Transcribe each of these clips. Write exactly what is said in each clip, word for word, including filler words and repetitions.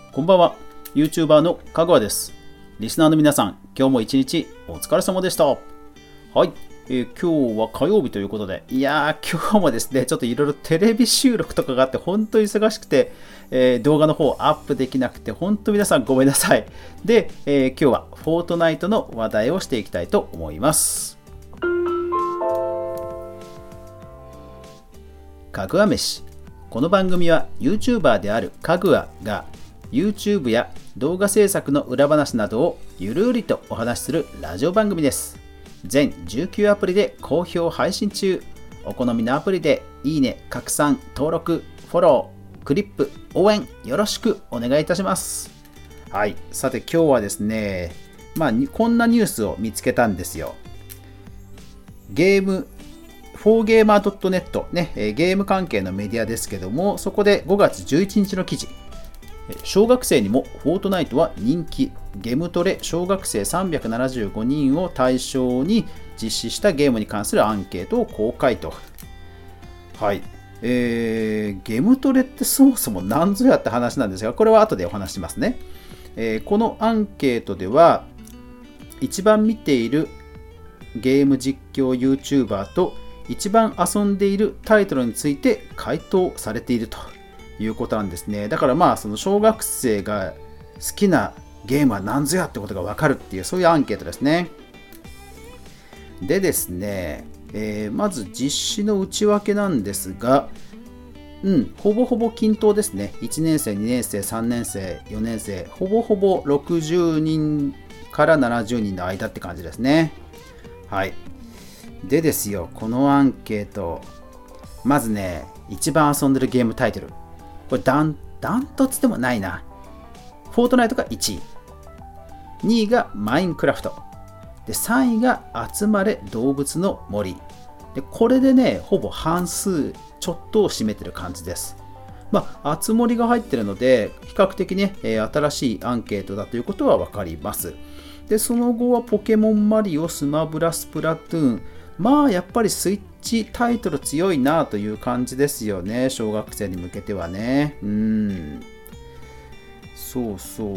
こんばんは、YouTuber のかぐわです。リスナーの皆さん、今日も一日お疲れ様でした。はい、えー、今日は火曜日ということで、いやー、今日もですね、ちょっといろいろテレビ収録とかがあって、本当に忙しくて、えー、動画の方アップできなくて、本当皆さんごめんなさい。で、えー、今日はフォートナイトの話題をしていきたいと思います。かぐわ飯。この番組は YouTuber であるかぐわがYouTube や動画制作の裏話などをゆるりとお話しするラジオ番組です。全じゅうきゅうアプリで好評配信中。お好みのアプリでいいね、拡散、登録、フォロー、クリップ、応援よろしくお願いいたします。はい、さて今日はですね、まあこんなニュースを見つけたんですよ。ゲームフォーゲーマードットネット ね、ゲーム関係のメディアですけども、そこでごがつじゅういちにちの記事。小学生にもフォートナイトは人気。ゲムトレ小学生さんびゃくななじゅうごにんを対象に実施したゲームに関するアンケートを公開と。はい。えー、ゲムトレってそもそも何ぞやって話なんですが、これは後でお話しますね。えー、このアンケートでは、一番見ているゲーム実況 YouTuber と一番遊んでいるタイトルについて回答されているということなんですね。だからまあその小学生が好きなゲームは何ぞやってことが分かるっていう、そういうアンケートですね。でですね、えー、まず実施の内訳なんですが、うん、ほぼほぼ均等ですね。いちねん生、にねん生、さんねん生、よねん生、ほぼほぼろくじゅうにんからななじゅうにんの間って感じですね。はい。でですよ、このアンケート、まずね、一番遊んでるゲームタイトル。これダン、ダントツでもないな。フォートナイトがいちい。にいがマインクラフト。で、さんいが集まれ動物の森。で、これでね、ほぼ半数ちょっとを占めてる感じです。まあ、あつ森が入ってるので、比較的ね、新しいアンケートだということはわかります。で、その後はポケモンマリオ、スマブラ、スプラトゥーン。まあ、やっぱりスイッチタイトル強いなという感じですよね。小学生に向けてはね。うん。そうそう。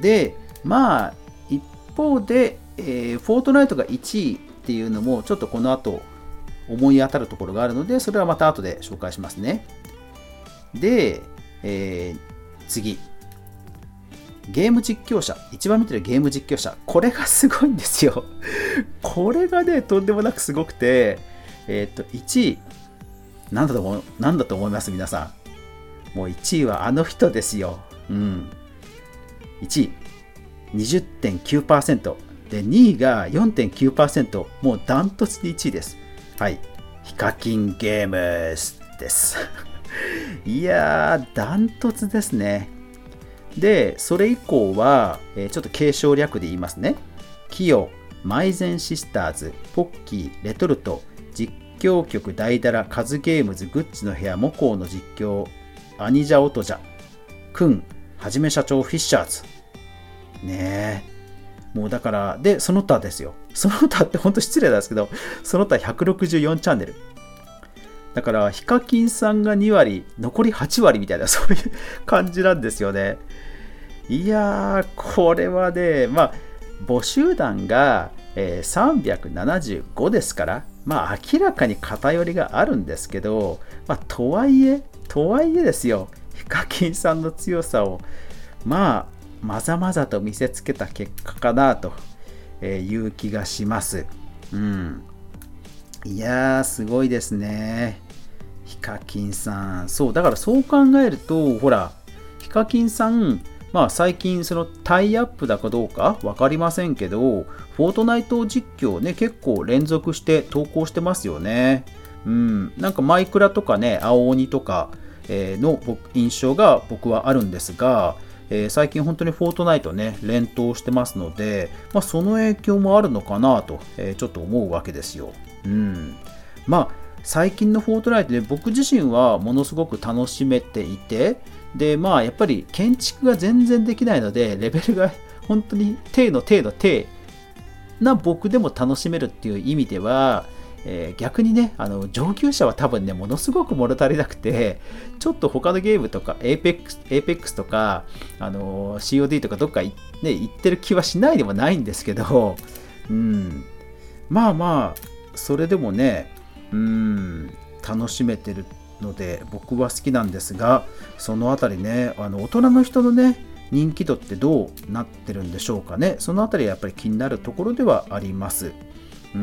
で、まあ、一方で、えー、フォートナイトがいちいっていうのも、ちょっとこの後思い当たるところがあるので、それはまた後で紹介しますね。で、えー、次。ゲーム実況者。一番見てるゲーム実況者。これがすごいんですよ。これがね、とんでもなくすごくて、えっと、いちい、なんだと思う、なんだと思います皆さん。もういちいはあの人ですよ。うん。いちい、にじゅってんきゅうパーセント。で、にいが よんてんきゅうパーセント。もうダントツでいちいです。はい。ヒカキンゲームスです。いやー、ダントツですね。で、それ以降は、えー、ちょっと継承略で言いますね。キヨ、マイゼンシスターズ、ポッキー、レトルト、実況局ダイダラ、カズゲームズ、グッチの部屋、モコウの実況、アニジャオトジャ、クン、はじめ社長、フィッシャーズ。ねえ。もうだから、で、その他ですよ。その他って本当失礼なんですけど、その他ひゃくろくじゅうよんチャンネル。だから、ヒカキンさんがにわり、残りはちわりみたいな、そういう感じなんですよね。いやー、これはね、まあ、母集団が、えー、さんびゃくななじゅうごですから、まあ、明らかに偏りがあるんですけど、まあ、とはいえ、とはいえですよ、ヒカキンさんの強さを、まあ、まざまざと見せつけた結果かなという気がします。うん。いやー、すごいですね。ヒカキンさん。そう、だからそう考えると、ほら、ヒカキンさん、まあ最近そのタイアップだかどうか分かりませんけど、フォートナイト実況ね、結構連続して投稿してますよね。うん、なんかマイクラとかね、青鬼とかの印象が僕はあるんですが、えー、最近本当にフォートナイトね、連投してますので、まあ、その影響もあるのかなと、えー、ちょっと思うわけですよ。うん。まあ、最近のフォートナイトで、ね、僕自身はものすごく楽しめていて、で、まあ、やっぱり建築が全然できないので、レベルが本当に低の低の低な僕でも楽しめるっていう意味では、 えー、逆にね、あの上級者は多分ね、ものすごく物足りなくて、ちょっと他のゲームとか、エーペックス、エーペックスとか、あのー、シーオーディー とかどっか、ね、行ってる気はしないでもないんですけど、うん、まあまあ、それでもね、うん、楽しめてるので、僕は好きなんですが、そのあたりね、あの大人の人のね、人気度ってどうなってるんでしょうかね。そのあたりはやっぱり気になるところではあります。うん。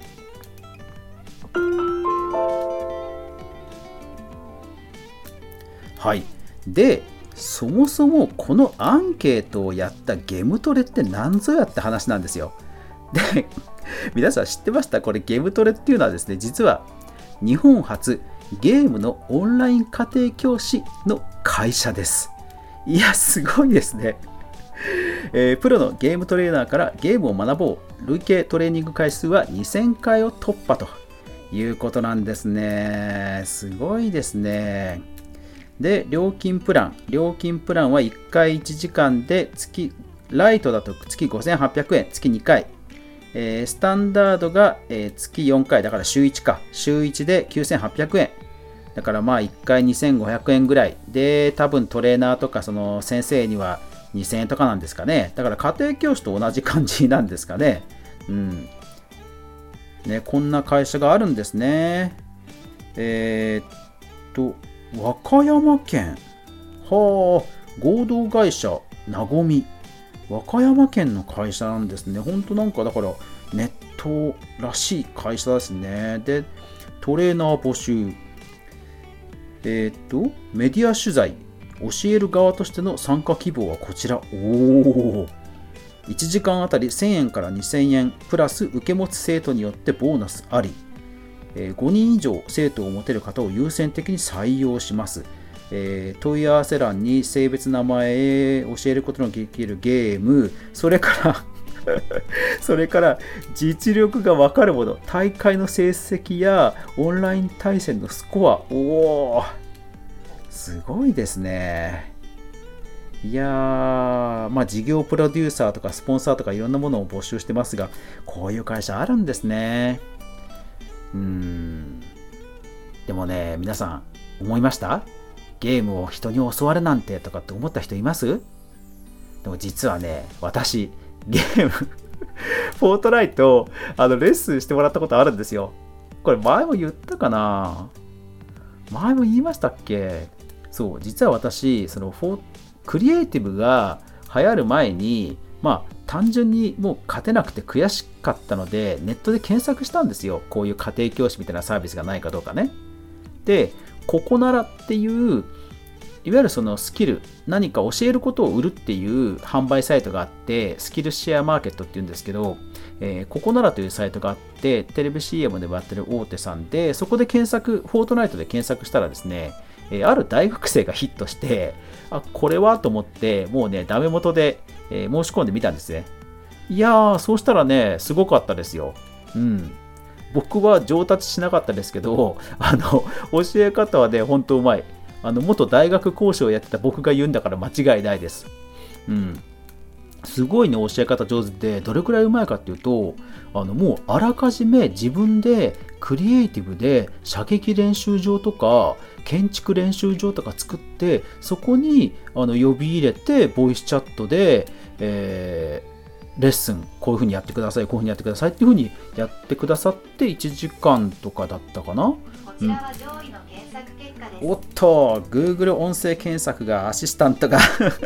はい。で、そもそもこのアンケートをやったゲムトレって何ぞやって話なんですよ。で、皆さん知ってました？これゲムトレっていうのはですね、実は日本初ゲームのオンライン家庭教師の会社です。いや、すごいですね。えー、プロのゲームトレーナーからゲームを学ぼう。累計トレーニング回数はにせんかいを突破ということなんですね。すごいですね。で、料金プラン。料金プランはいっかいいちじかんで月、ライトだと月ごせんはっぴゃくえん、月にかい。えー、スタンダードが、えー、月よんかい、だから週いちか。週いちできゅうせんはっぴゃくえん。だからまあいっかいにせんごひゃくえんぐらい。で、多分トレーナーとかその先生にはにせんえんとかなんですかね。だから家庭教師と同じ感じなんですかね。うん。ね、こんな会社があるんですね。えー、っと、和歌山県。はあ、合同会社、なごみ。和歌山県の会社なんですね。ほんとなんかだからネットらしい会社ですね。で、トレーナー募集。えー、っと、メディア取材。教える側としての参加希望はこちら。おお。いちじかんあたりせんえんからにせんえん、プラス受け持つ生徒によってボーナスあり。ごにん以上生徒を持てる方を優先的に採用します。えー、問い合わせ欄に性別、名前、教えることのできるゲーム、それからそれから実力が分かるもの、大会の成績やオンライン対戦のスコア。おー、すごいですね。いやー、まあ事業プロデューサーとかスポンサーとかいろんなものを募集してますが、こういう会社あるんですね。うーん。でもね、皆さん思いました？ゲームを人に教わるなんてとかって思った人います？でも実はね、私ゲームフォートナイトあのレッスンしてもらったことあるんですよ。これ前も言ったかな？前も言いましたっけ？そう、実は私そのフォークリエイティブが流行る前に、まあ単純にもう勝てなくて悔しかったのでネットで検索したんですよ。こういう家庭教師みたいなサービスがないかどうかね。で、ここならっていういわゆるそのスキル、何か教えることを売るっていう販売サイトがあって、スキルシェアマーケットっていうんですけど、えー、ここならというサイトがあって、テレビ シーエム でもやってる大手さんで、そこで検索、フォートナイトで検索したらですね、えー、ある大学生がヒットして、あ、これはと思って、もうね、ダメ元で、えー、申し込んでみたんですね。いやー、そうしたらね、すごかったですよ。うん。僕は上達しなかったですけど、あの、教え方はね、ほんとうまい。あの、元大学講師をやってた僕が言うんだから間違いないです。うん。すごいね、教え方上手で、どれくらいうまいかっていうと、あの、もうあらかじめ自分でクリエイティブで射撃練習場とか、建築練習場とか作って、そこにあの呼び入れて、ボイスチャットで、えーレッスンこういう風にやってください、こういう風にやってくださいっていう風にやってくださっていちじかんとかだったかな。こちらは上位の検索結果です。おっと、Google 音声検索がアシスタントが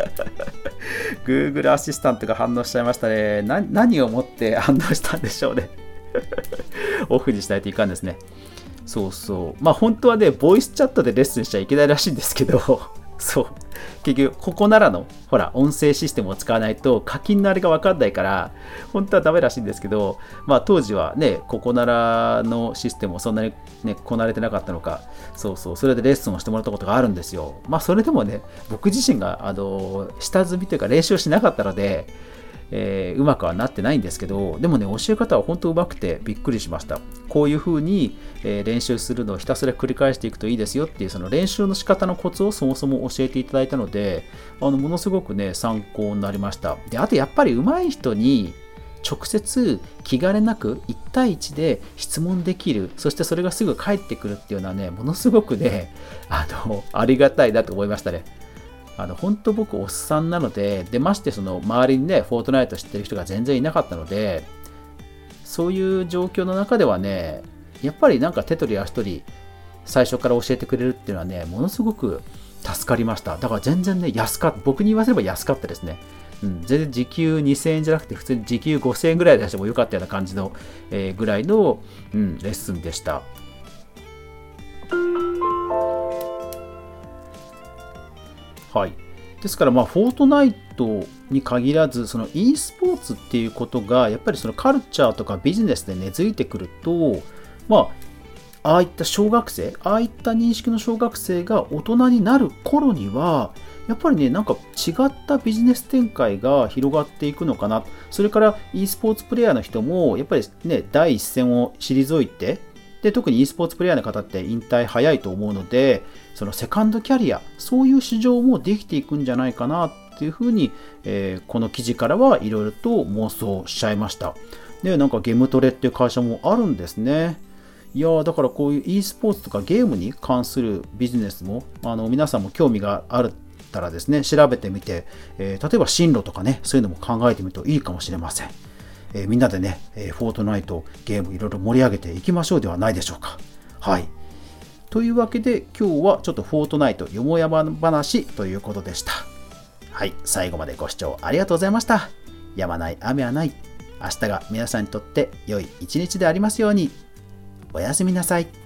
Google アシスタントが反応しちゃいましたね。な何をもって反応したんでしょうねオフにしないといかんですね。そうそう。まあ本当はね、ボイスチャットでレッスンしちゃいけないらしいんですけどそう。結局、ここならの、ほら、音声システムを使わないと課金のあれが分かんないから、本当はダメらしいんですけど、まあ当時はね、ここならのシステムをそんなにね、こなれてなかったのか、そうそう、それでレッスンをしてもらったことがあるんですよ。まあそれでもね、僕自身が、あの、下積みというか練習しなかったので、えー、うまくはなってないんですけど、でもね、教え方は本当うまくてびっくりしました。こういう風に、えー、練習するのをひたすら繰り返していくといいですよっていう、その練習の仕方のコツをそもそも教えていただいたので、あのものすごくね、参考になりました。で、あとやっぱり上手い人に直接気兼ねなくいち対いちで質問できる、そしてそれがすぐ返ってくるっていうのはね、ものすごくね、あの、ありがたいなと思いましたね。あの、本当僕おっさんなので、で、ましてその周りにね、フォートナイト知ってる人が全然いなかったので、そういう状況の中ではね、やっぱりなんか手取り足取り最初から教えてくれるっていうのはね、ものすごく助かりました。だから全然ね、安かった。僕に言わせれば安かったですね。うん、全然時給にせんえんじゃなくて、普通に時給ごせんえんぐらいで出してもよかったような感じの、えー、ぐらいの、うん、レッスンでした。はい。ですから、まあ、フォートナイトに限らず、その e スポーツっていうことが、やっぱりそのカルチャーとかビジネスで根付いてくると、まあ、ああいった小学生、ああいった認識の小学生が大人になる頃には、やっぱりね、なんか違ったビジネス展開が広がっていくのかな。それから e スポーツプレイヤーの人も、やっぱりね、第一線を退いて、で、特に e スポーツプレイヤーの方って引退早いと思うので、そのセカンドキャリア、そういう市場もできていくんじゃないかなっていうふうに、えー、この記事からはいろいろと妄想しちゃいました。で、なんかゲームトレっていう会社もあるんですね。いやーだからこういう e スポーツとかゲームに関するビジネスもあの皆さんも興味があったらですね、調べてみて、えー、例えば進路とかね、そういうのも考えてみるといいかもしれません。えー、みんなでね、えー、フォートナイトゲームいろいろ盛り上げていきましょうではないでしょうか。はい。というわけで今日はちょっとフォートナイトよもやま話ということでした。はい、最後までご視聴ありがとうございました。やまない雨はない。明日が皆さんにとって良い一日でありますように。おやすみなさい。